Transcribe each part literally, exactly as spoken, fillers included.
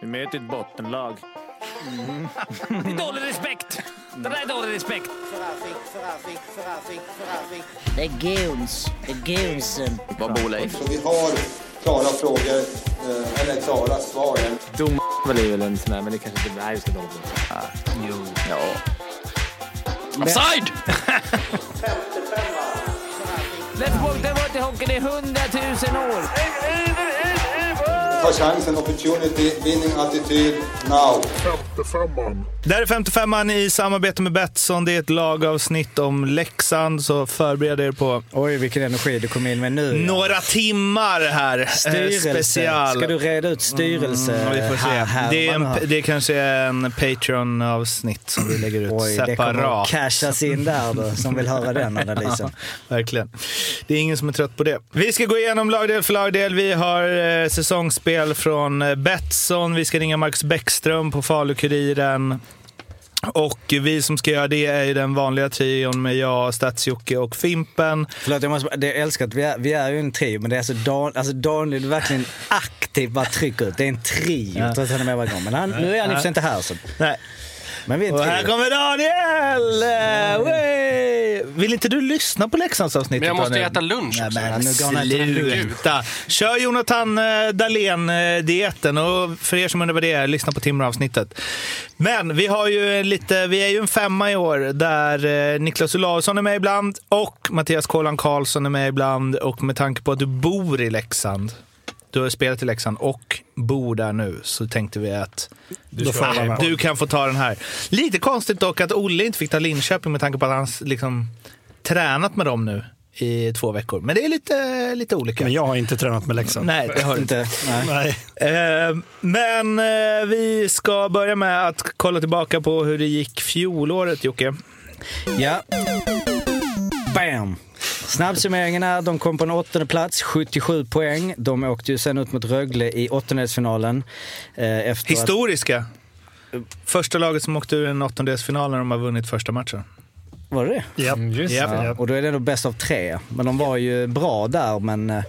Vi möter ett bottenlag. Mm. Det är dålig respekt. Det där är dålig respekt. Det är guns. Det är gunsen. Vad bor Leif? Så vi har klara frågor, eh, eller klara svar. Dom är väl en sån här, men det kanske inte är just det. Ah, jo. Ja. Offside! Let's walk the water hockey, det är hundratusen år. Ta chansen, opportunity, winning attityd, now. femtiofemman. Där är femtiofemman i samarbete med Betsson. Det är ett lagavsnitt om Leksand, så förbered er på... Oj, vilken energi du kom in med nu. Några timmar här. Styrelse. Special. Ska du reda ut styrelse? Mm, vi får se. Här, det, är en, det är kanske en Patreon-avsnitt som vi lägger ut. Oj, separat. Det kommer att cashas in där då, som vill höra den analysen. Ja, verkligen. Det är ingen som är trött på det. Vi ska gå igenom lagdel för lagdel. Vi har eh, säsongsspel från eh, Betsson. Vi ska ringa Marcus Bäckström på Falukuriren. Och vi som ska göra det är ju den vanliga trion med jag, Stadsjocke och Fimpen. Förlåt, jag måste, det är älskat, vi är, vi är ju en trio, men det är alltså Dan, alltså Daniel är verkligen aktivt bara trycker ut. Det är en trio, ja. Trots att han är med varje gång. Men han, nu är han ju inte här så. Nej. Men vi är en och trio. här kommer Daniel! Mm. Vill inte du lyssna på Leksands avsnitt? Men jag måste äta lunch också. Nej, men sluta. Kör Jonathan Dahlén-dieten. Och för er som undrar vad det är, lyssna på Timrå-avsnittet. Men vi har ju lite, vi är ju en femma i år där Niklas Olausson är med ibland och Mattias Kolan Karlsson är med ibland. Och med tanke på att du bor i Leksand, du har spelat i Leksand och bor där nu, så tänkte vi att du, äh, du kan få ta den här. Lite konstigt dock att Olle inte fick ta Linköping med tanke på att han liksom tränat med dem nu i två veckor. Men det är lite, lite olika. Men jag har inte tränat med Leksand. Nej, det har du inte. Nej. Eh, men eh, vi ska börja med att kolla tillbaka på hur det gick fjolåret, Jocke. Ja. Bam! Snabbsummeringen är, de kom på en åttonde plats, sjuttiosju poäng. De åkte ju sen ut mot Rögle i åttondelsfinalen. Eh, efter Historiska. Att... Första laget som åkte ur en åttondelsfinal när de har vunnit första matchen. Var det det? Ja, just ja. Och då är det nog bäst av tre. Men de var ju bra där, men eh,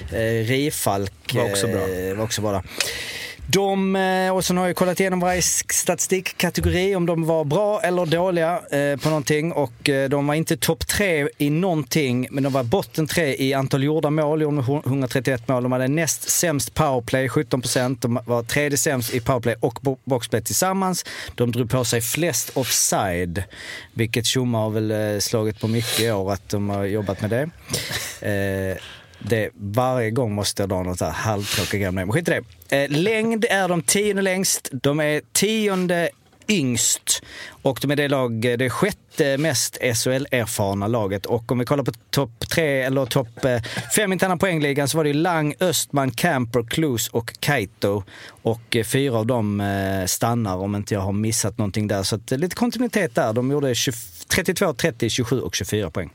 Rifalk var också bra. Eh, var också bra där. De, och så har jag kollat igenom varje statistikkategori om de var bra eller dåliga eh, på någonting, och eh, de var inte topp tre i någonting, men de var botten tre i antal gjorda mål, gjorde etthundratrettioett mål. De hade näst sämst powerplay, sjutton procent. De var tredje sämst i powerplay och boxplay tillsammans. De drog på sig flest offside, vilket Tjomma har väl eh, slagit på mycket i år att de har jobbat med det. Eh, Det, varje gång måste jag dra något så här halvtråkiga grejer. Men skit i det. Eh, längd är de tionde längst. De är tionde yngst. Och de är det lag, det sjätte mest S H L-erfarna laget. Och om vi kollar på topp tre eller topp eh, fem interna poängligan, så var det Lang, Östman, Camper, Klus och Kaito. Och eh, fyra av dem eh, stannar, om inte jag har missat någonting där. Så att, eh, lite kontinuitet där. De gjorde tjugo, trettiotvå, trettio, tjugosju och tjugofyra poäng.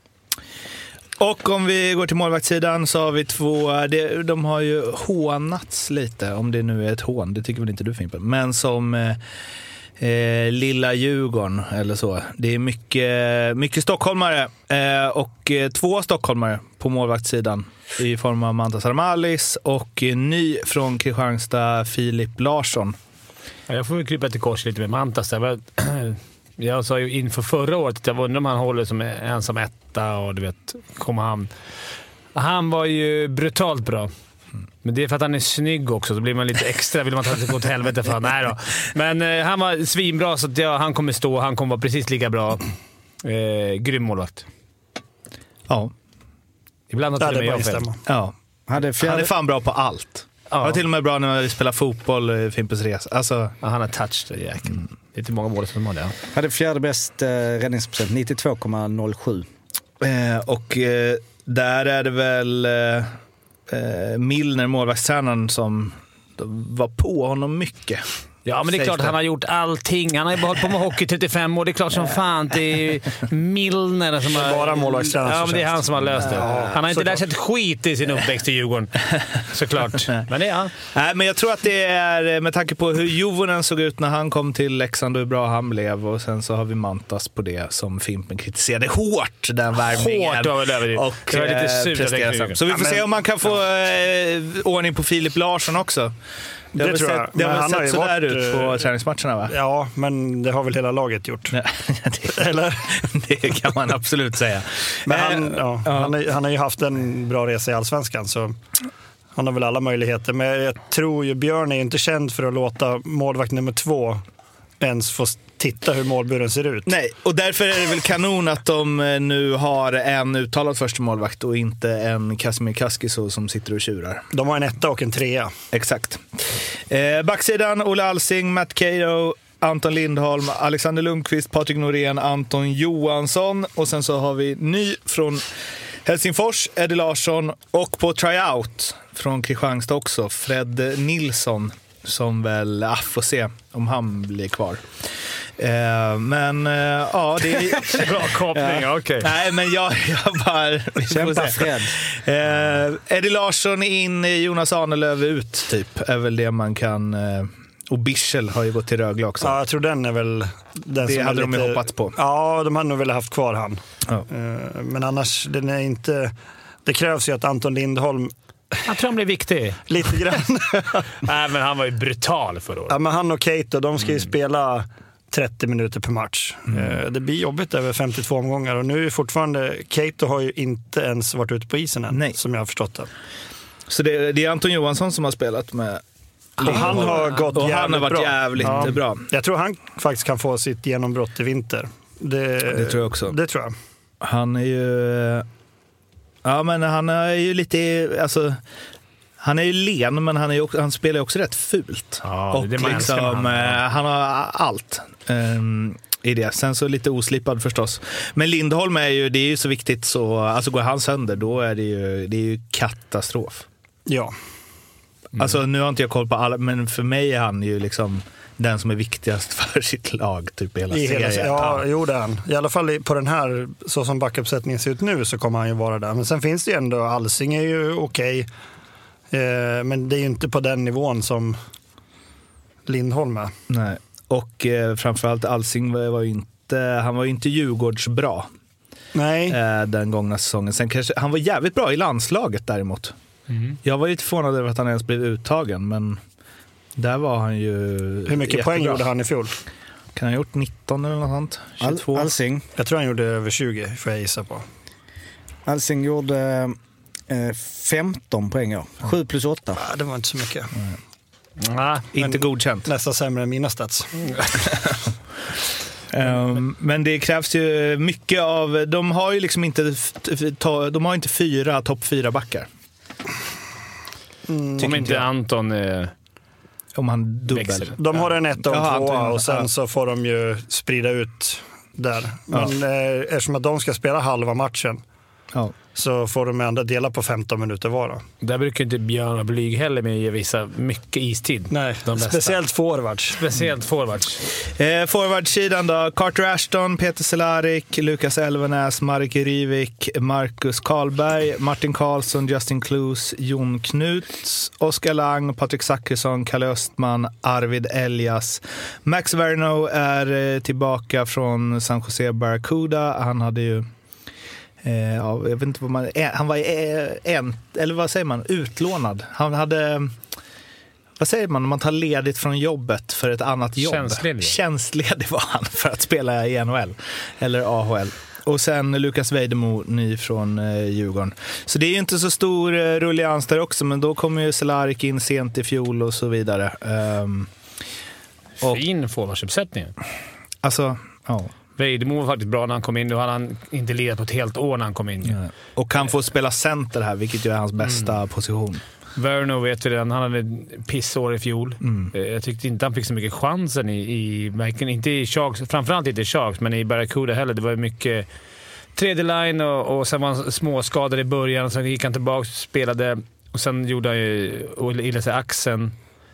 Och om vi går till målvaktssidan så har vi två, det, de har ju hånats lite, om det nu är ett hån, det tycker väl inte du, Fimpen, men som eh, eh, lilla Djurgården eller så. Det är mycket, mycket stockholmare eh, och eh, två stockholmare på målvaktssidan i form av Mantas Armalis och eh, ny från Kristianstad, Filip Larsson. Ja, jag får väl krypa till kors lite med Mantas där. Jag sa ju inför förra året att jag undrar om han håller som ensam etta, och du vet, kommer han... Han var ju brutalt bra. Men det är för att han är snygg också, så blir man lite extra, vill man ta sig åt helvete för han. Nej då. Men eh, han var svinbra, så att, ja, han kommer stå, han kommer vara precis lika bra. Eh, grym målvakt. Ja. Ibland har det med jag själv. Ja. Han är fan bra på allt. Ja. Han var till och med bra när vi spelar fotboll i Fimpens resa. Alltså... Ja, han har touch det, jäkligt. Mm. Det är inte många mål som har det. Ja. Hade fjärde bäst eh, räddningsprocent, nittiotvå komma noll sju. Eh, och eh, där är det väl eh, Milner, målvaktstränaren, som var på honom mycket Ja, men det är klart det. han har gjort allting. Han har ju hållit på med hockey trettiofem år. Det är klart som fan. Det är Milner som har... Bara målvaktstränare. Ja, men det är han som har löst det. Ja, han har inte såklart. lärt sig ett skit i sin uppväxt i Djurgården. Såklart. Men det är han. Nej, men jag tror att det är med tanke på hur Juvonen såg ut när han kom till Leksand och hur bra han blev. Och sen så har vi Mantas på det som Fimpen kritiserade hårt, den värvningen. Hårt var väl över. Och det var lite eh, surt. presterar sam- Så vi får Ja, men- se om man kan få eh, ordning på Filip Larsson också. Det, Det har väl tror jag. sett, det har Men väl han har sett ju sådär varit, ut på eh, träningsmatcherna, va? Ja, men det har väl hela laget gjort. Ja, det, Eller? det kan man absolut säga. Men Eh, han, ja, ja. han, är, han har ju haft en bra resa i Allsvenskan, så han har väl alla möjligheter. Men jag tror ju Björn är ju inte känd för att låta målvakt nummer två ens få titta hur målburen ser ut. Nej, och därför är det väl kanon att de nu har en uttalad första målvakt och inte en Kasimir Kaskiso som sitter och tjurar. De har en etta och en trea. Exakt. Eh, backsidan, Olle Alsing, Matt Cato, Anton Lindholm, Alexander Lundqvist, Patrik Norén, Anton Johansson. Och sen så har vi ny från Helsingfors, Eddie Larsson, och på tryout från Kristianstad också, Fred Nilsson, som väl, ah, får se om han blir kvar. Eh, men eh, ja, det är... Bra koppling, ja. Okej. Okay. Nej, men jag, jag bara... vi får Kämpa se. Fred. Eh, Eddie Larsson in, Jonas Ahnelöv ut, typ. Är väl det man kan... Eh, och Bischel har ju gått till Rögle också. Ja, jag tror den är väl den Det som hade är de ju lite, hoppats på. Ja, de hade nog velat haft kvar han. Ja. Eh, Men annars, den är inte... Det krävs ju att Anton Lindholm Jag tror han blir viktig. lite grann... Nej, men han var ju brutal förra året. Ja, men han och Cato, de ska ju spela trettio minuter per match. Mm. Det blir jobbigt över femtiotvå omgångar och nu är fortfarande... Cato har ju inte ens varit ute på isen än, Nej. som jag har förstått det. Så det, det är Anton Johansson som har spelat med... Och han har gått och jävligt han har varit bra. jävligt Ja. bra. Jag tror han faktiskt kan få sitt genombrott i vinter. Det, Det tror jag också. Det tror jag. Han är ju... Ja, men han är ju lite... Alltså, han är ju len, men han, är ju också, han spelar ju också rätt fult. Ja, och det man älskar med liksom, han. eh, han har allt um, i det. Sen så lite oslipad förstås. Men Lindholm är ju, det är ju så viktigt så... Alltså går han sönder, då är det ju, det är ju katastrof. Ja. Mm. Alltså nu har inte jag koll på alla, men för mig är han ju liksom den som är viktigast för sitt lag typ hela I serien. hela, ja, jo det är han. I alla fall på den här, så som backuppsättningen ser ut nu, så kommer han ju vara där. Men sen finns det ju ändå, Alsing är ju okej. Eh, men det är ju inte på den nivån som Lindholm är. Nej. Och eh, framförallt Alsing var, var ju inte, han var ju inte Djurgårdsbra Nej. eh, den gångna säsongen. Sen kanske, han var jävligt bra i landslaget däremot. Mm. Jag var lite förvånad över att han ens blev uttagen, men där var han ju Hur mycket jättebra. poäng gjorde han i fjol? Kan han ha gjort nitton eller något sånt? tjugotvå? Al- Alsing. Jag tror han gjorde över tjugo, får jag gissa på. Alsing gjorde eh, femton poäng, ja. sju plus åtta. Ja, det var inte så mycket. Ja, Inte men- godkänt. Nästan sämre än mina stats. Um, men det krävs ju mycket av... De har ju liksom inte, ta, de har inte fyra topp fyra backar. Mm. om inte Anton... Eh, Om han dubbel. Växer. De har en etta och Jaha, en tvåa Anton, och sen ja. så får de ju sprida ut där. Men eh, eftersom att de ska spela halva matchen Ja. så får de ändå dela på femton minuter var. Då. där brukar inte Björn och Blyg heller med ge vissa mycket istid. Nej, De bästa. speciellt forwards. Speciellt forwards. Eh, Forwardsidan då. Carter Ashton, Peter Cehlárik, Lukas Elvenäs, Marek Rivik, Marcus Karlberg, Martin Karlsson, Justin Klus, Jon Knuts, Oskar Lang, Patrik Zackrisson, Kalle Östman, Arvid Elias. Max Verno är eh, tillbaka från San Jose Barracuda. Han hade ju Eh, ja, jag vet inte vad man... Eh, han var eh, en... Eller vad säger man? Utlånad. Han hade... Vad säger man när man tar ledigt från jobbet för ett annat jobb? Tjänstledig. Tjänstledig var han för att spela i N H L. Eller A H L. Och sen Lukas Vejdemo, ny från eh, Djurgården. Så det är ju inte så stor eh, rullians där också. Men då kommer ju Cehlárik in sent i fjol och så vidare. Um, och, Fin forwardsuppsättning. alltså, ja. Vejdemo var faktiskt bra när han kom in. Då hade han inte ledat på ett helt år när han kom in. Ja. Och kan få spela center här, vilket ju är hans bästa mm. position. Verno vet vi redan. Han hade ett pissår i fjol. Mm. Jag tyckte inte han fick så mycket chansen i, i verkligen inte i Sharks, framförallt inte i Sharks, men i Barracuda heller. Det var mycket tredje line och, och sen var han småskadad i början. Sen gick han tillbaka och spelade och sen gjorde han ju illa sig axeln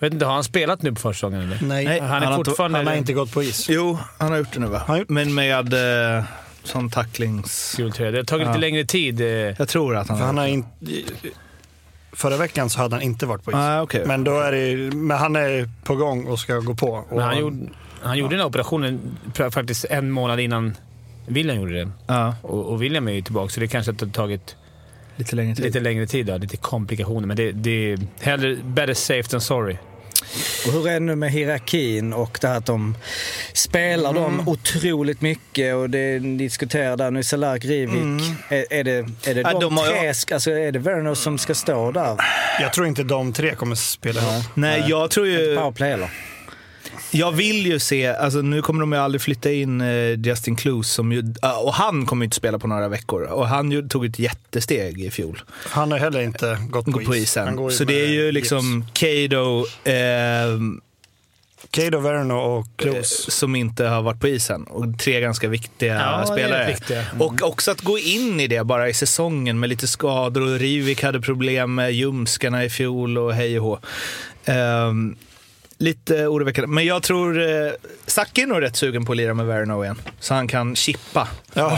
Jag vet inte, har han spelat nu på försäsongen eller? Nej, Nej, Han är han, har fortfarande... inte, han har inte gått på is. Jo, han har gjort det nu va? Han har gjort- Men med eh, sån tacklings... Gultröja. Det har tagit Ja. lite längre tid. eh. Jag tror att han För han har har gjort inte... Förra veckan så hade han inte varit på is. det. Ah, okay. Men, då är det, men han är på gång och ska gå på. Och Men han gjorde, han gjorde den här operationen faktiskt en månad innan William gjorde det. Ja, Och, och William är ju tillbaka, så det kanske har tagit lite längre tid. lite längre tid. Då, lite komplikationer. Men det, det är hellre better safe than sorry. Och hur är det nu med hierarkin och det här att de spelar Mm. dem otroligt mycket och det diskuterar där nu Cehlarik, Rivik. Mm. Är, är det, är det Ja, de, de har- tre, alltså är det Verno som ska stå där? Jag tror inte de tre kommer spela ihop. Nej, jag tror ju... Powerplay eller? Jag vill ju se, alltså nu kommer de ju aldrig flytta in eh, Justin Kloos som ju, ah, och han kommer ju inte spela på några veckor. Och han ju, tog ett jättesteg i fjol. Han har heller inte gått på, Gå på is. Han isen. går ju Så det är med ju liksom Cado eh, Cado, Verno och eh, Kloos. som inte har varit på isen. Och tre ganska viktiga Ja, det är spelare. viktiga. Mm. Och också att gå in i det bara i säsongen med lite skador. Och Rivik hade problem med ljumskarna i fjol och hej och hå. Eh, Lite oroväckande. Men jag tror eh, Zacke är nog rätt sugen på att lira med Verno igen. Så han kan chippa Ja.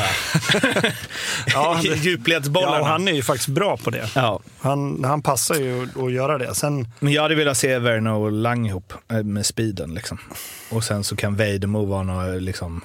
Ja, det- djupledsbollarna. Ja, och han är ju faktiskt bra på det. Ja. Han, han passar ju att göra det. Sen, Men jag hade velat se Verno och Lang ihop eh, med speeden liksom. Och sen så kan Vejdemo vara något liksom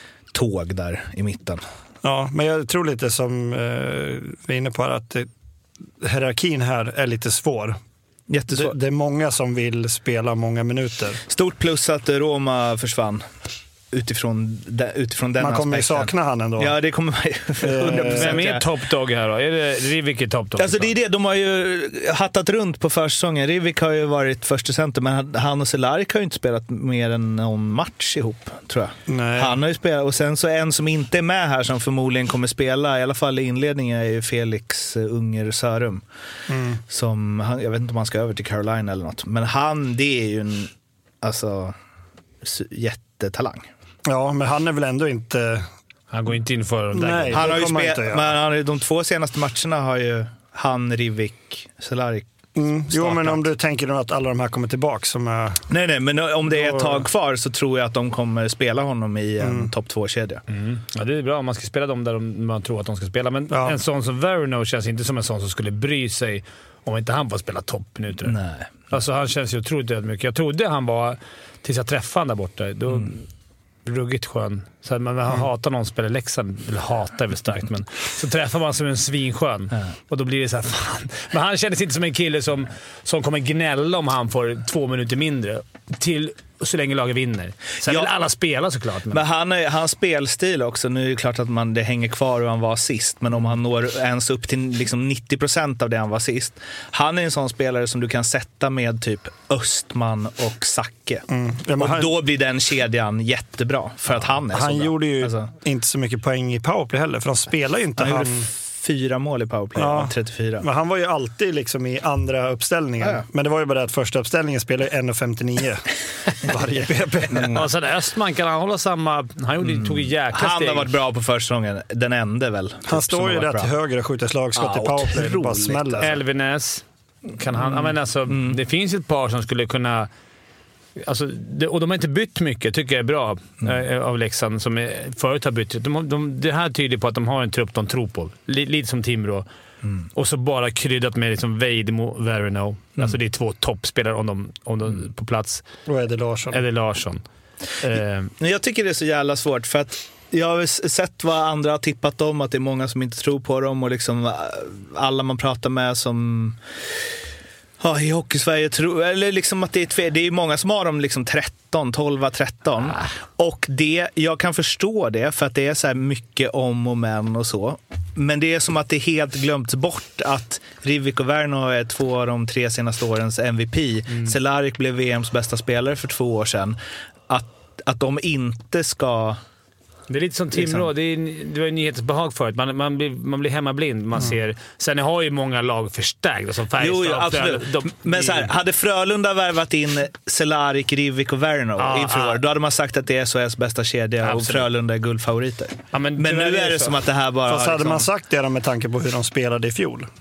tåg där i mitten. ja, men jag tror lite som eh, vi är inne på här, att det, hierarkin här är lite svår. Det, Jättesvårt. det är många som vill spela många minuter. Stort plus att Roma försvann utifrån, de, utifrån den Man kommer ju aspekten. sakna han ändå. Ja, det kommer man ju. hundra procent. Vem är top dog här då? Är det Rivik är top dog? Alltså det är det, de har ju hattat runt på försäsongen. Rivik har ju varit första center, men han och Cehlarik har ju inte spelat mer än någon match ihop, tror jag. Nej. Han har ju spelat, och sen så en som inte är med här som förmodligen kommer spela, i alla fall i inledningen, är ju Felix uh, Unger Sörum. Mm. Som, han, jag vet inte om han ska över till Carolina eller något, men han, det är ju en alltså, s- jättetalang. Ja, men han är väl ändå inte... Han går inte in för de där. Nej. Han det har ju kommer han spelat, inte att göra. men han, har ju- de två senaste matcherna har ju han, Rivik, Cehlarik. Mm. Jo, men startat. om du tänker då att alla de här kommer tillbaka som är... Nej, nej, men om det är Då- ett tag kvar så tror jag att de kommer spela honom i en Mm. topp två-kedja. Mm. Ja, det är bra om man ska spela dem där de, man tror att de ska spela. Men Ja. en sån som Verno känns inte som en sån som skulle bry sig om inte han får spela toppminuter. Nej. Alltså han känns ju otroligt ödmjuk. Jag trodde han var, tills jag träffade han där borta, då Mm. ruggigt skön. Så att man man hatar någon som spelar Leksand, eller hatar är väl starkt, men så träffar man som en svinskön. Ja. Och då blir det så här, fan. Men han kändes inte som en kille som, som kommer gnälla om han får två minuter mindre. Till så länge laget vinner. Sen Ja. vill alla spela såklart. Men... Men han är, hans spelstil också, nu är det klart att man, det hänger kvar hur han var sist, men om han når ens upp till liksom nittio procent av det han var sist. Han är en sån spelare som du kan sätta med typ Östman och Zacke. Mm. Ja, men och han, då blir den kedjan jättebra, för att han är så han bra. gjorde ju Alltså, inte så mycket poäng i powerplay heller, för de spelar ju inte han han... gjorde fyra mål i powerplay, Ja. av trettiofyra. Men han var ju alltid liksom i andra uppställningen. Ja, ja. Men det var ju bara det att första uppställningen spelade en femtionio varje P P. Och sen Östman, kan han hålla samma... Han gjorde, tog ju jäkla Han steg. har varit bra på försäsongen, den enda väl. Han typ, som står har ju varit rätt bra. höger och skjuter slagskott Ja, i powerplay. Det bara otroligt. smäller. Elvinäs. Kan han... Ja, men alltså, Mm. det finns ju ett par som skulle kunna... Alltså, det, och de har inte bytt mycket, tycker jag är bra, Mm. eh, av Leksand, som är, förut har bytt. De, de, det här tyder på att de har en trupp de tror på. L- lite som Timrå. Mm. Och så bara kryddat med liksom Vejdemo, Verino. Alltså det är två toppspelare om de, om de Mm. på plats. Och Eddie Larsson. Eller Larsson. Eh, Men jag tycker det är så jävla svårt, för att jag har s- sett vad andra har tippat om, att det är många som inte tror på dem, och liksom äh, alla man pratar med som ja, i Hockeysverige tror, eller liksom att det är tve, det är många som har dem liksom tretton, tolv, tretton. Och det, jag kan förstå det, för att det är så här mycket om och men och så. Men det är som att det helt glömts bort att Rivik och Verno är två av de tre senaste årens M V P. Mm. Cehlarik blev V M:s bästa spelare för två år sedan. Att, att de inte ska... Det är lite som Timrå. Det, är, det var ju nyhetsbehag förut. Man, man, blir, man blir hemmablind. Man ser, sen har ju många lag förstärkt. Som Färjestad. Jo, jo, absolut. De, Men så här, hade Frölunda värvat in Cehlarik, Rivik och Verno Ja, inför ja. år, då hade man sagt att det är S H S bästa kedja. Absolut. Och Frölunda är guldfavoriter. Ja, men Men tyvärr nu är det så. som att det här bara Fast har hade liksom... man sagt det då med tanke på hur de spelade i fjol?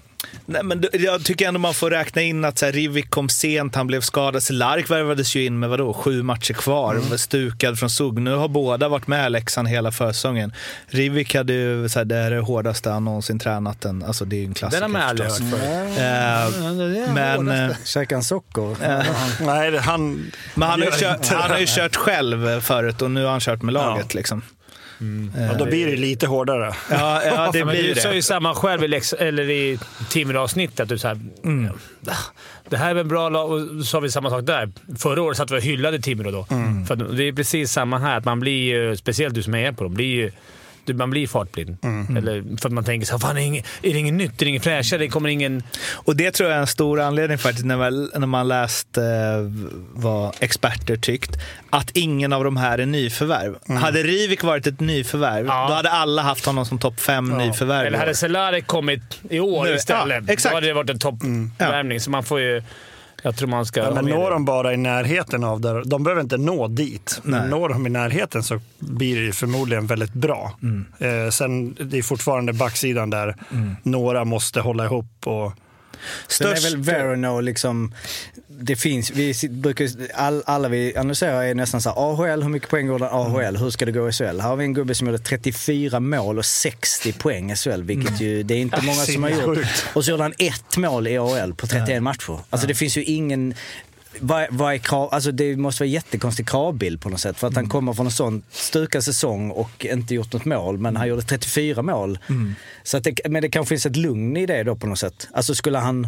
Nej, men jag tycker ändå man får räkna in att så här, Rivik kom sent, han blev skadad. Lark värvades ju in med vadå, sju matcher kvar, mm. stukad från Sug. Nu har båda varit med Leksand hela försäsongen. Rivik hade ju så här, det är det hårdaste han någonsin tränat. En, alltså det är ju en klassiker. Den har man aldrig hört förut. Uh, men käkar han socker? Uh, nej, han men han har, ju kört, han har ju kört själv förut och nu har han kört med laget ja. liksom. Mm. Ja, då blir det lite hårdare. Ja, ja det blir du det. sa ju samma själv i, Lex, eller i Timrå-avsnittet att du så här, mm. det här är en bra lag, och så har vi samma sak där. Förra året satt vi och hyllade Timrå då. Mm. För det är precis samma här, att man blir ju, speciellt du som är på dem, blir ju man blir fartblind. Mm. Eller för att man tänker så fan, är det ingen, är det ingen nytt, är det ingen fräschare, det kommer ingen... Och det tror jag är en stor anledning faktiskt när man, när man läst eh, vad experter tyckt, att ingen av de här är nyförvärv. Mm. Hade Rivik varit ett nyförvärv, ja. då hade alla haft honom som topp fem ja. nyförvärv. Eller hade Cehlarik kommit i år nu, istället, ja, exakt. Då hade det varit en toppvärvning. Mm. Så man får ju... Jag tror man ska... Ja, men når de bara i närheten av där, de behöver inte nå dit. Nej. Men når de i närheten så blir det förmodligen väldigt bra. Mm. Eh, sen det är fortfarande backsidan där mm. några måste hålla ihop och... Sen är väl Verno liksom, det finns, vi brukar, all, alla vi analyserar är nästan så här, A H L, hur mycket poäng går det A H L, mm. hur ska det gå i S H L? Här har vi en gubbe som gjorde trettiofyra mål och sextio poäng i S H L, vilket mm. ju, det är inte många som har gjort. Och så gjorde han ett mål i A H L på trettioen ja. matcher. Alltså det finns ju ingen... Vad, vad är krav, alltså det måste vara en jättekonstig kravbild på något sätt, för att mm. han kommer från en sån stukad säsong och inte gjort något mål, men han gjorde trettiofyra mål. Mm. Så att det, men det kanske finns ett lugn i det då på något sätt. Alltså skulle han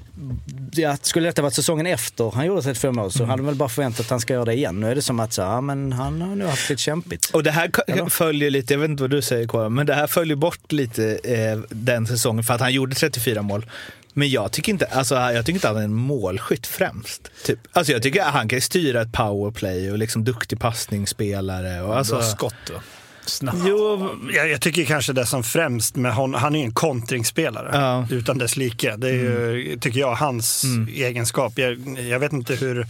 ja, skulle detta varit säsongen efter han gjorde trettiofyra mål, så mm. hade han väl bara förväntat att han ska göra det igen. Nu är det som att så, ja, men han har nu haft lite kämpigt. Och det här Eller? följer lite, jag vet inte vad du säger K, men det här följer bort lite eh, den säsongen för att han gjorde trettiofyra mål. Men jag tycker inte, alltså jag tycker inte att han är en målskytt främst. Typ. Alltså jag tycker att han kan styra ett powerplay och liksom duktig passningsspelare. Och alltså... Bra skott då. Snabbt. Jo, jag, jag tycker kanske det som främst med hon, han är ju en kontringsspelare ja. utan dess like. Det är ju, mm. tycker jag, hans mm. egenskap. Jag, jag vet inte hur,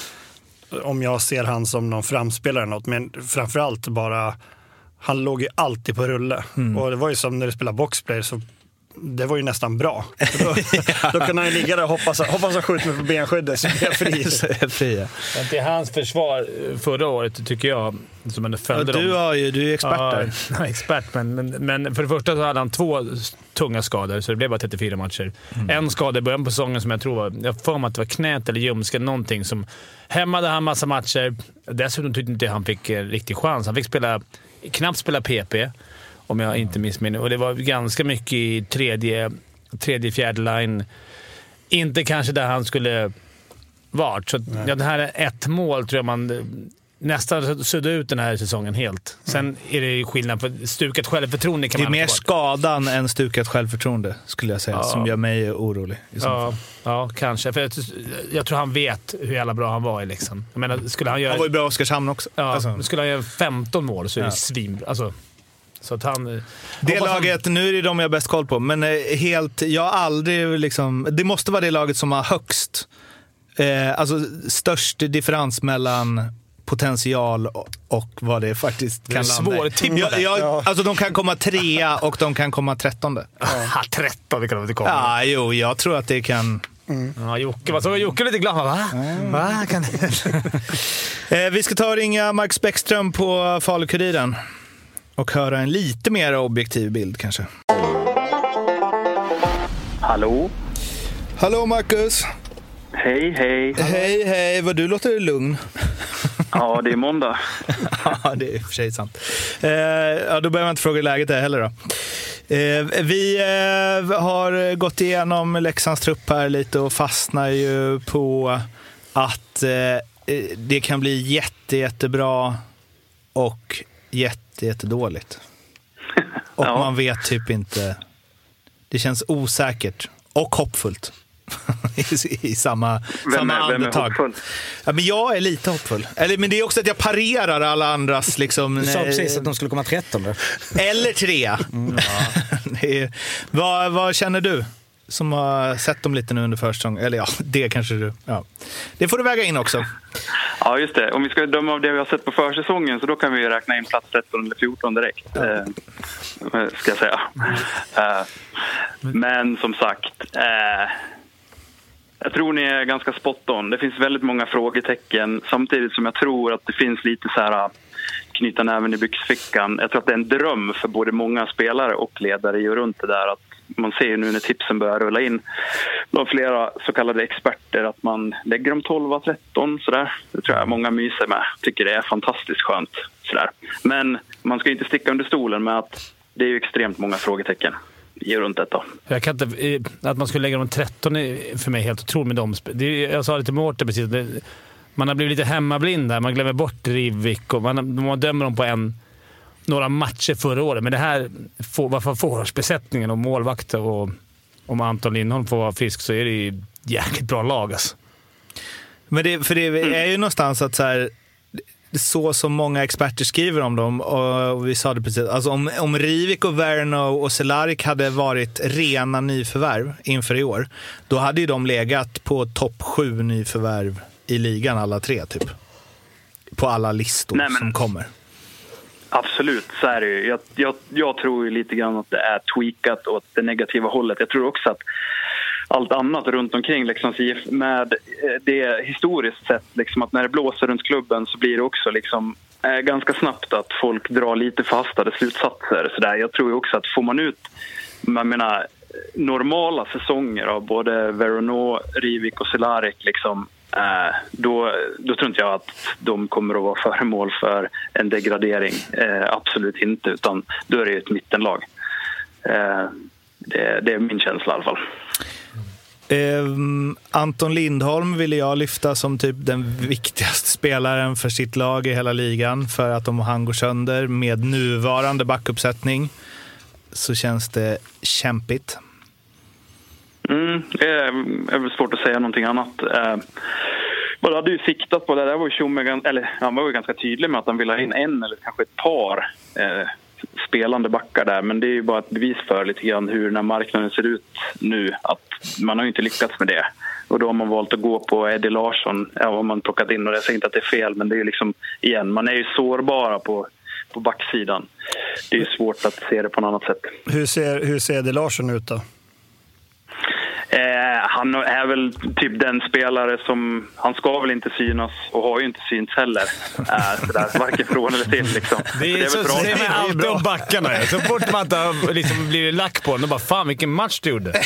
om jag ser han som någon framspelare eller något, men framförallt bara, han låg ju alltid på rulle. Mm. Och det var ju som när du spelar boxplay så det var ju nästan bra. Då, ja. då kan han ju ligga där och hoppas, hoppas att skjuta mig på benskyddet så blir jag fri. fria. Men till hans försvar förra året tycker jag som en följde ja, du, har ju, du är expert ja, där. Ja, expert, men, men, men för det första så hade han två tunga skador så det blev bara trettiofyra matcher. Mm. En skada i början på säsongen som jag tror var, jag får mig att det var knät eller ljumska, någonting som hämmade han massa matcher. Dessutom tyckte inte han fick en riktig chans. Han fick spela, knappt spela P P. Om jag inte missminner. Och det var ganska mycket i tredje, tredje fjärde line. Inte kanske där han skulle varit. Så ja, det här är ett mål tror jag man nästan sudde ut den här säsongen helt. Sen är det skillnad för stukat självförtroende kan man. Det är man mer skadan än stukat självförtroende skulle jag säga, ja. som gör mig orolig. I ja, ja, kanske. För jag, jag tror han vet hur jävla bra han var i liksom. Jag menar, skulle han göra... Han var ju bra i Oskarshamn också. Ja, alltså. Skulle han göra femton mål så är det ja. svin... Alltså... Så att han, det laget, han... nu är det de jag har bäst koll på, men helt, jag har aldrig liksom, det måste vara det laget som har högst, eh, alltså störst differens mellan potential och, och vad det faktiskt kan landa i. Jag, jag, alltså de kan komma trea och de kan komma trettonde. Ja, tretton, det kan de inte komma. Ja, jo, jag tror att det kan... Mm. Ja, Jocke, vad så Jocke lite glad, va? Mm. va? Kan eh, vi ska ta och ringa Marcus Bäckström på Falu-Kuriren. Och höra en lite mer objektiv bild kanske. Hallå? Hallå Marcus. Hej, hej. Hej, hej. Vad du låter lugn. Ja, det är måndag. Ja, det är för sig sant. Eh, ja, då behöver man inte fråga läget där heller då. Eh, vi eh, har gått igenom Leksands trupp här lite och fastnar ju på att eh, det kan bli jätte, jättebra och jätte jättedåligt. Och ja. man vet typ inte. Det känns osäkert och hoppfullt i, i samma, vem samma är, andetag. Vem är ja, men jag är lite hoppfull. Eller, men det är också att jag parerar alla andras liksom, du sa precis att de skulle komma tretton. Eller tre. Mm. Ja. det är, vad, vad känner du? Som har sett dem lite nu under försäsong. Eller ja, det kanske du... Ja. Det får du väga in också. Ja, just det. Om vi ska döma av det vi har sett på försäsongen så då kan vi ju räkna in plats tretton eller fjorton direkt, eh, ska jag säga. Eh, men som sagt, eh, jag tror ni är ganska spot on. Det finns väldigt många frågetecken samtidigt som jag tror att det finns lite så här knyta näven i byxfickan. Jag tror att det är en dröm för både många spelare och ledare i och runt det där, att man ser ju nu när tipsen börjar rulla in bland flera så kallade experter att man lägger dem tolv tretton sådär. Det tror jag många myser med. Tycker det är fantastiskt skönt sådär. Men man ska inte sticka under stolen med att det är ju extremt många frågetecken i och runt detta. Jag kan inte, att man skulle lägga dem tretton är för mig helt otroligt med dem. Det är, jag sa lite Mårten precis, det, man har blivit lite hemmablind där. Man glömmer bort Rivik och man, man dömer dem på en några matcher förra året. Men det här, får, varför forwardsbesättningen och målvakter och om Anton Lindholm får vara frisk så är det ju jäkligt bra lag alltså. Men det, för det är ju någonstans att så här, så som många experter skriver om dem, och vi sa det precis, alltså om, om Rivik och Verno och Cehlárik hade varit rena nyförvärv inför i år, då hade ju de legat på topp sju nyförvärv i ligan alla tre typ. På alla listor Nej, men... som kommer. Absolut, så är det ju. Jag, jag, jag tror ju lite grann att det är tweakat åt det negativa hållet. Jag tror också att allt annat runt omkring liksom, med det historiskt sett, liksom, att när det blåser runt klubben så blir det också liksom, eh, ganska snabbt att folk drar lite fastare slutsatser. Så där. Jag tror ju också att får man ut jag menar, normala säsonger av både Veronneau, Rivik och Cehlárik liksom, Uh, då, då tror inte jag att de kommer att vara föremål för en degradering. Uh, absolut inte, utan då är det ett mittenlag. Uh, det, det är min känsla i alla fall. Uh, Anton Lindholm ville jag lyfta som typ den viktigaste spelaren för sitt lag i hela ligan, för att om han går sönder med nuvarande backuppsättning så känns det kämpigt. Mm, det är väl svårt att säga någonting annat. Eh, man hade ju siktat på det där, var ju Tjomme, eller han var ju ganska tydlig med att han ville ha in en eller kanske ett par eh, spelande backar där, men det är ju bara ett bevis för lite grann hur den här marknaden ser ut nu, att man har ju inte lyckats med det. Och då har man valt att gå på Eddie Larsson, ja, om man plockat in, och jag säger inte att det är fel, men det är ju liksom, igen, man är ju sårbara på, på backsidan. Det är ju svårt att se det på något annat sätt. Hur ser, hur ser Eddie Larsson ut då? Eh, han är väl typ den spelare som, han ska väl inte synas och har ju inte synts heller. Eh, sådär, varken från eller till liksom. Det är, det är så ser man alltid om backarna. Så fort man inte liksom blir lack på den, bara fan vilken match du gjorde.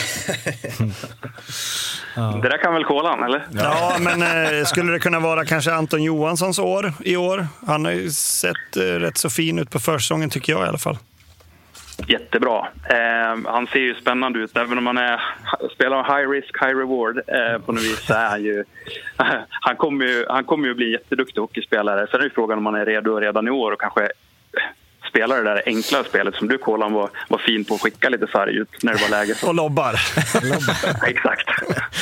Ja. Det där kan väl Kolan, eller? Ja, men eh, skulle det kunna vara kanske Anton Johanssons år i år? Han har ju sett eh, rätt så fin ut på försäsongen tycker jag i alla fall. Jättebra. Eh, han ser ju spännande ut. Även om han är, spelar high risk, high reward eh, på något vis så är han ju... han kommer ju, han kommer ju bli jätteduktig hockeyspelare. Sen är det frågan om han är redo redan i år och kanske spelar det där enklare spelet som du, Kolan, var, var fin på att skicka lite färg ut när det var läge. Och lobbar. Exakt.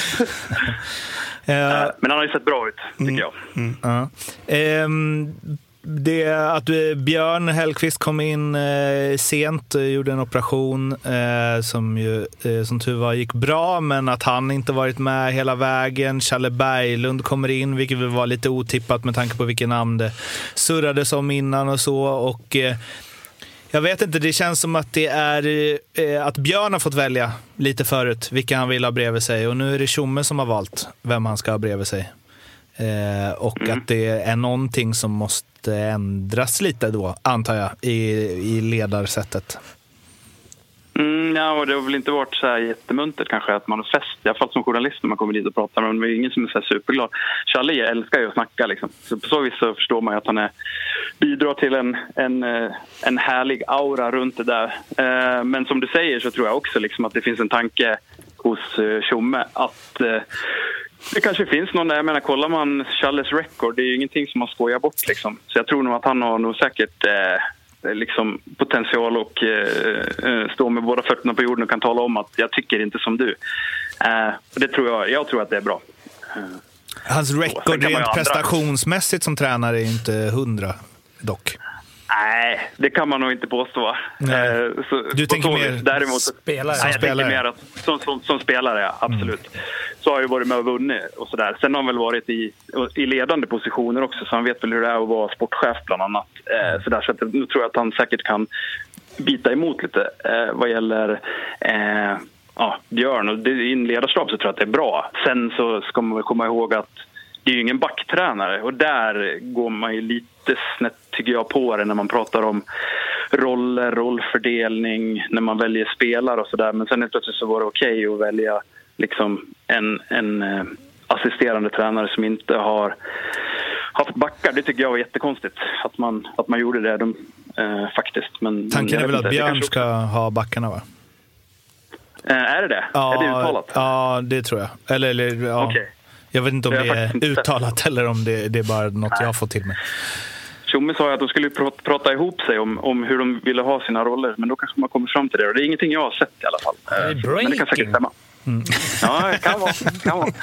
eh, men han har ju sett bra ut, tycker mm. jag. Mm. Uh. Um. Det att Björn Hellqvist kom in eh, sent och gjorde en operation eh, som ju eh, som tur var gick bra, men att han inte varit med hela vägen. Challe Berglund kommer in, vilket väl var lite otippat med tanke på vilken namn det surrades om innan och så, och eh, jag vet inte, det känns som att det är eh, att Björn har fått välja lite förut vilka han vill ha bredvid sig, och nu är det Tjomme som har valt vem han ska ha bredvid sig. Eh, och mm. att det är någonting som måste ändras lite då, antar jag, i, i ledarsättet. Mm, ja, och det har väl inte varit så här jättemuntert kanske att man har fest, i alla fall som journalist när man kommer dit och pratar, men det är ingen som är så här superglad. Charlie älskar ju att snacka liksom. Så på så vis så förstår man ju att han är, bidrar till en, en, en härlig aura runt det där. Eh, men som du säger så tror jag också liksom att det finns en tanke hos Tjomme att eh, det kanske finns någon där, jag menar, kollar man Charles record, det är ju ingenting som man skojar bort liksom. Så jag tror nog att han har nog säkert eh, liksom potential och eh, stå med båda fötterna på jorden och kan tala om att jag tycker inte som du. Eh, det tror jag, jag tror att det är bra. Eh, Hans record rent prestationsmässigt som tränare är inte hundra dock. Nej, det kan man nog inte påstå. Eh, så, du tänker mer däremot, spelare? Nej, jag spelare. tänker mer att, som, som, som spelare, ja, absolut. Mm. så har han ju varit med och vunnit och sådär. Sen har han väl varit i, i ledande positioner också, så han vet väl hur det är att vara sportchef bland annat. Eh, så där, så att, nu tror jag att han säkert kan bita emot lite eh, vad gäller eh, ja, Björn. Och det, i en ledarstab så tror jag att det är bra. Sen så ska man väl komma ihåg att det är ju ingen backtränare, och där går man ju lite snett tycker jag på det när man pratar om roller, rollfördelning, när man väljer spelare och sådär. Men sen är plötsligt så var det okej att välja liksom en, en eh, assisterande tränare som inte har haft backar. Det tycker jag var jättekonstigt att man, att man gjorde det de, eh, faktiskt. Men, tanken men är väl att Björn också... ska ha backarna, va? Eh, är det det? Ja, är det uttalat? Ja, det tror jag. Eller, eller ja. Okay. Jag vet inte om det, det är inte uttalat eller om det, det är bara något Nej. jag har fått till mig. Tjomme sa att de skulle prata, prata ihop sig om, om hur de ville ha sina roller, men då kanske man kommer fram till det. Och det är ingenting jag har sett i alla fall. Det men det kan säkert stämma. Mm. Ja, det kan vara. Kan vara.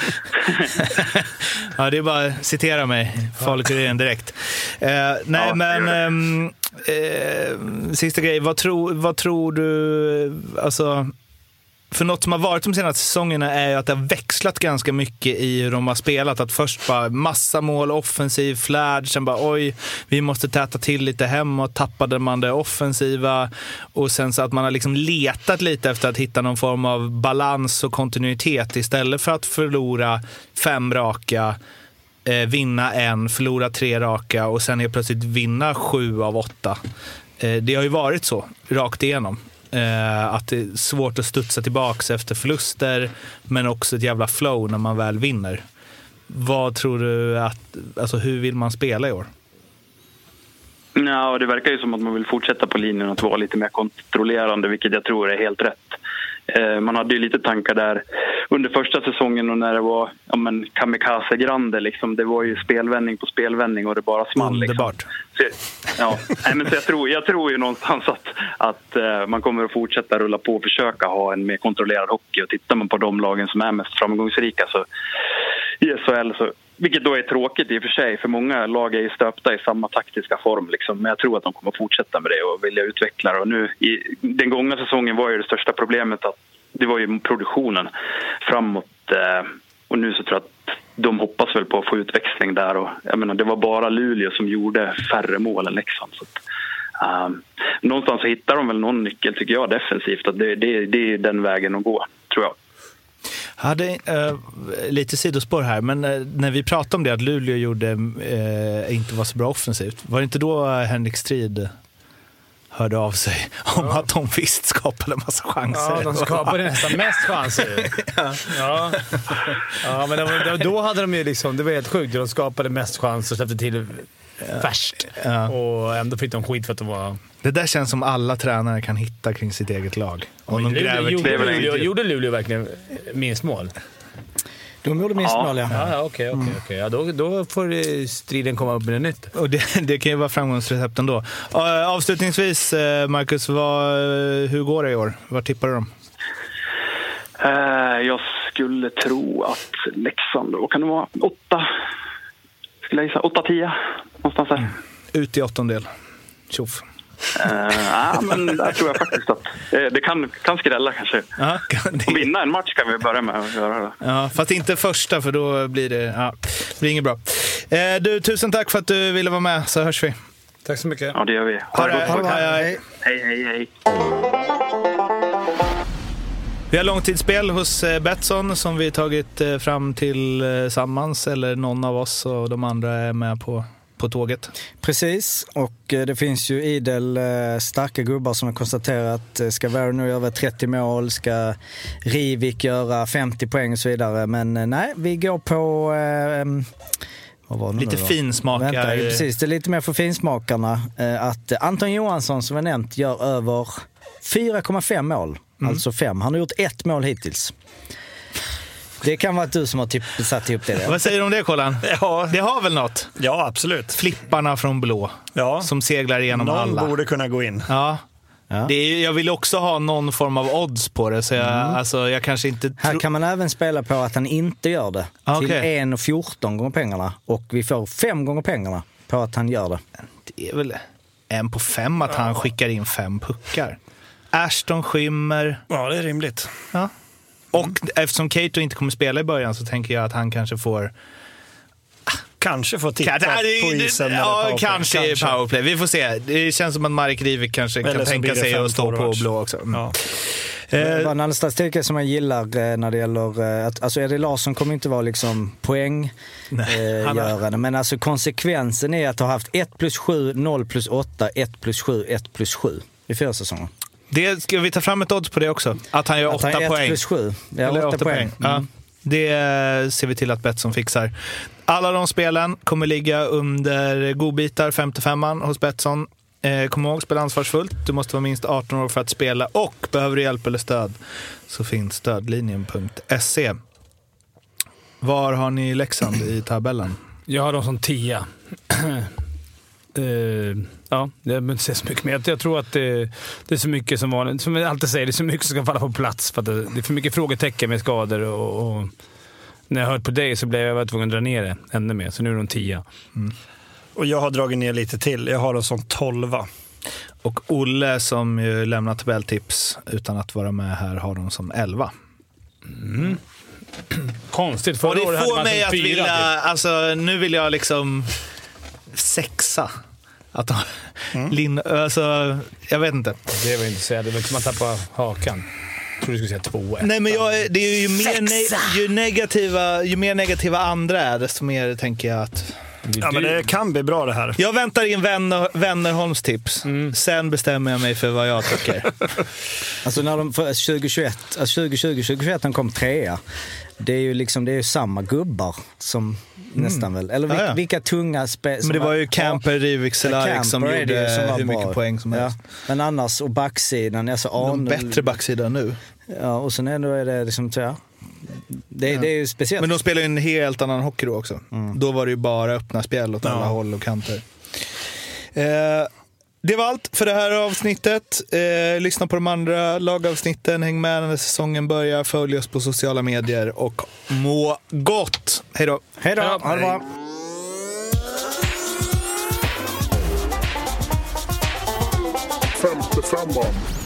Ja, det är bara att citera mig. Falukurén direkt. Eh, nej, ja, men ehm, eh, sista grej. Vad, tro, vad tror du... Alltså... För något som har varit de senaste säsongerna är ju att det har växlat ganska mycket i hur de har spelat. Att först bara massa mål, offensiv, flärd. Sen bara oj, vi måste täta till lite hemåt. Tappade man det offensiva. Och sen så att man har liksom letat lite efter att hitta någon form av balans och kontinuitet. Istället för att förlora fem raka, eh, vinna en, förlora tre raka. Och sen helt plötsligt vinna sju av åtta. Eh, det har ju varit så, rakt igenom. Uh, att det är svårt att studsa tillbaks efter förluster, men också ett jävla flow när man väl vinner. Vad tror du att, alltså hur vill man spela i år? Ja, det verkar ju som att man vill fortsätta på linjen att vara lite mer kontrollerande, vilket jag tror är helt rätt. Uh, man hade ju lite tankar där under första säsongen och när det var ja, men, kamikaze grande liksom, det var ju spelvändning på spelvändning och det bara small. Underbart. Liksom. Så, ja, nej, men så jag, tror, jag tror ju någonstans att, att uh, man kommer att fortsätta rulla på och försöka ha en mer kontrollerad hockey, och tittar man på de lagen som är mest framgångsrika så i S H L så, vilket då är tråkigt i och för sig, för många lag är ju stöpta i samma taktiska form liksom. Men jag tror att de kommer att fortsätta med det och vilja utveckla det. Och nu, i, den gångna säsongen var ju det största problemet att det var ju produktionen framåt, eh, och nu så tror jag att de hoppas väl på att få utväxling där, och jag menar, det var bara Luleå som gjorde färre mål än Leksand, så att, um, någonstans så hittar de väl någon nyckel tycker jag defensivt, att det, det, det är den vägen att gå, tror jag. Hade uh, lite sidospår här, men uh, när vi pratade om det att Luleå gjorde uh, inte var så bra offensivt, var det inte då uh, Henrik Strid hörde av sig om ja. att de visst skapade en massa chanser? Ja, de skapade nästan mest chanser. ja. Ja. ja, men de, då hade de ju liksom, det var helt sjukt, de skapade mest chanser, släppte till färst. Ja. Och ändå fick de skit för att de var... Det där känns som alla tränare kan hitta kring sitt eget lag. Om de Luleå, gräver gjorde, Luleå, Luleå, gjorde Luleå verkligen minst mål? De gjorde minst ja. mål, ja. Ja, okej, okej, okej. Ja, då, då får striden komma upp med det nytt. Och det, det kan ju vara framgångsrecept ändå. Uh, avslutningsvis, uh, Marcus, vad, uh, hur går det i år? Vad tippar du om? Uh, jag skulle tro att Leksand, vad kan det vara? Åtta, skulle jag gissa, åtta, tio, någonstans där. Mm. Ut i åttondel. Tjoff. Uh, ja, men där tror jag faktiskt att det, det kan, kan skrälla kanske. Aha, kan det... Vinna en match kan vi börja med att göra det. Ja, fast inte första, för då blir det, ja, det blir inget bra. Eh, du, tusen tack för att du ville vara med, så hörs vi. Tack så mycket. Ja, det gör vi. Ha det, ha det. Hej, hej, hej, hej. Vi har långtidsspel hos Betsson som vi tagit fram tillsammans, eller någon av oss, och de andra är med på på tåget. Precis, och det finns ju idel starka gubbar som har konstaterat att ska Värö nu göra trettio mål, ska Rivik göra femtio poäng och så vidare, men nej, vi går på eh, vad var det lite finsmakare. Vänta, precis, det är lite mer för finsmakarna att Anton Johansson som vi nämnt gör över fyra komma fem mål, mm. alltså fem. Han har gjort ett mål hittills. Det kan vara du som har typ satt ihop det där. Vad säger du om det, Colin? Ja. Det har väl något? Ja, absolut. Flipparna från blå. Ja. Som seglar igenom någon alla. Någon borde kunna gå in. Ja. Ja. Det är, jag vill också ha någon form av odds på det. Så jag, mm. alltså, jag kanske inte tro... Här kan man även spela på att han inte gör det. Ah, okay. Till en och fjorton gånger pengarna. Och vi får fem gånger pengarna på att han gör det. Det är väl en på fem att ja. han skickar in fem puckar. Ashton skymmer. Ja, det är rimligt. Ja. Och eftersom Cato inte kommer spela i början så tänker jag att han kanske får... Kanske får titta Kan, på isen. Ja, kanske i powerplay. Vi får se. Det känns som att Marek Rivik kanske eller kan tänka sig att stå på blå också. Mm. Ja. Det var en annan statistik som jag gillar när det gäller att, alltså Eddie Larsson kommer inte vara liksom poäng eh, görande, men alltså konsekvensen är att ha haft ett plus sju, noll plus åtta, ett plus sju, ett plus sju i förra säsongen. Det ska vi ta fram ett odds på det också. Att han gör att åtta han poäng. ett plus sju. Ja, eller åtta, åtta poäng. poäng. Mm. Ja. Det ser vi till att Betsson fixar. Alla de spelen kommer ligga under godbitar femtiofemman hos Betsson. Eh, kom ihåg, spela ansvarsfullt. Du måste vara minst arton år för att spela. Och behöver du hjälp eller stöd så finns stödlinjen punkt se. Var har ni Leksand i tabellen? Jag har dem som tia. Uh, ja, jag behöver inte säga så mycket mer. Jag tror att det, det är så mycket som vanligt. Som jag alltid säger, det är så mycket som ska falla på plats. För att det, det är för mycket frågetecken med skador. Och, och när jag hört på dig så blev jag tvungen att dra ner det ännu mer. Så nu är de tia. Mm. Och jag har dragit ner lite till. Jag har dem som tolva. Och Olle som ju lämnar tabelltips utan att vara med här har dem som elva. Mm. Konstigt. För och det får mig att vilja... Typ. Alltså, nu vill jag liksom... sexa. Att de, mm. Lin, alltså, jag vet inte. Det var inte så. Det var inte som att tappa hakan. Jag tror du skulle säga två ett. Nej, men jag, det är ju mer, ne, ju, negativa, ju mer negativa andra är, desto mer tänker jag att... Ja, men det kan bli bra det här. Jag väntar in Vänner, Vännerholms tips. Mm. Sen bestämmer jag mig för vad jag tycker. Alltså när de för tjugohundratjugoett, alltså tjugo tjugo tjugohundratjugoett de kom trea. Det är ju liksom det är ju samma gubbar som mm. nästan väl. Eller vilka, ja, ja. vilka tunga spel. Men det var ju Camper, Rivik, Cehlárik som gjorde som hur mycket bra. Poäng som helst. Ja. Men annars, och backsidan, alltså Arnold, bättre backsidan nu. Ja, och sen ändå är det liksom, ja. Det, ja. det är ju speciellt. Men de spelar ju en helt annan hockey då också. Mm. Då var det ju bara öppna spel åt alla ja. håll och kanter. Eh, det var allt för det här avsnittet. Eh, lyssna på de andra lagavsnitten. Häng med när säsongen börjar. Följ oss på sociala medier och må gott. Hej då. Hej då. Ha det bra. femtiofem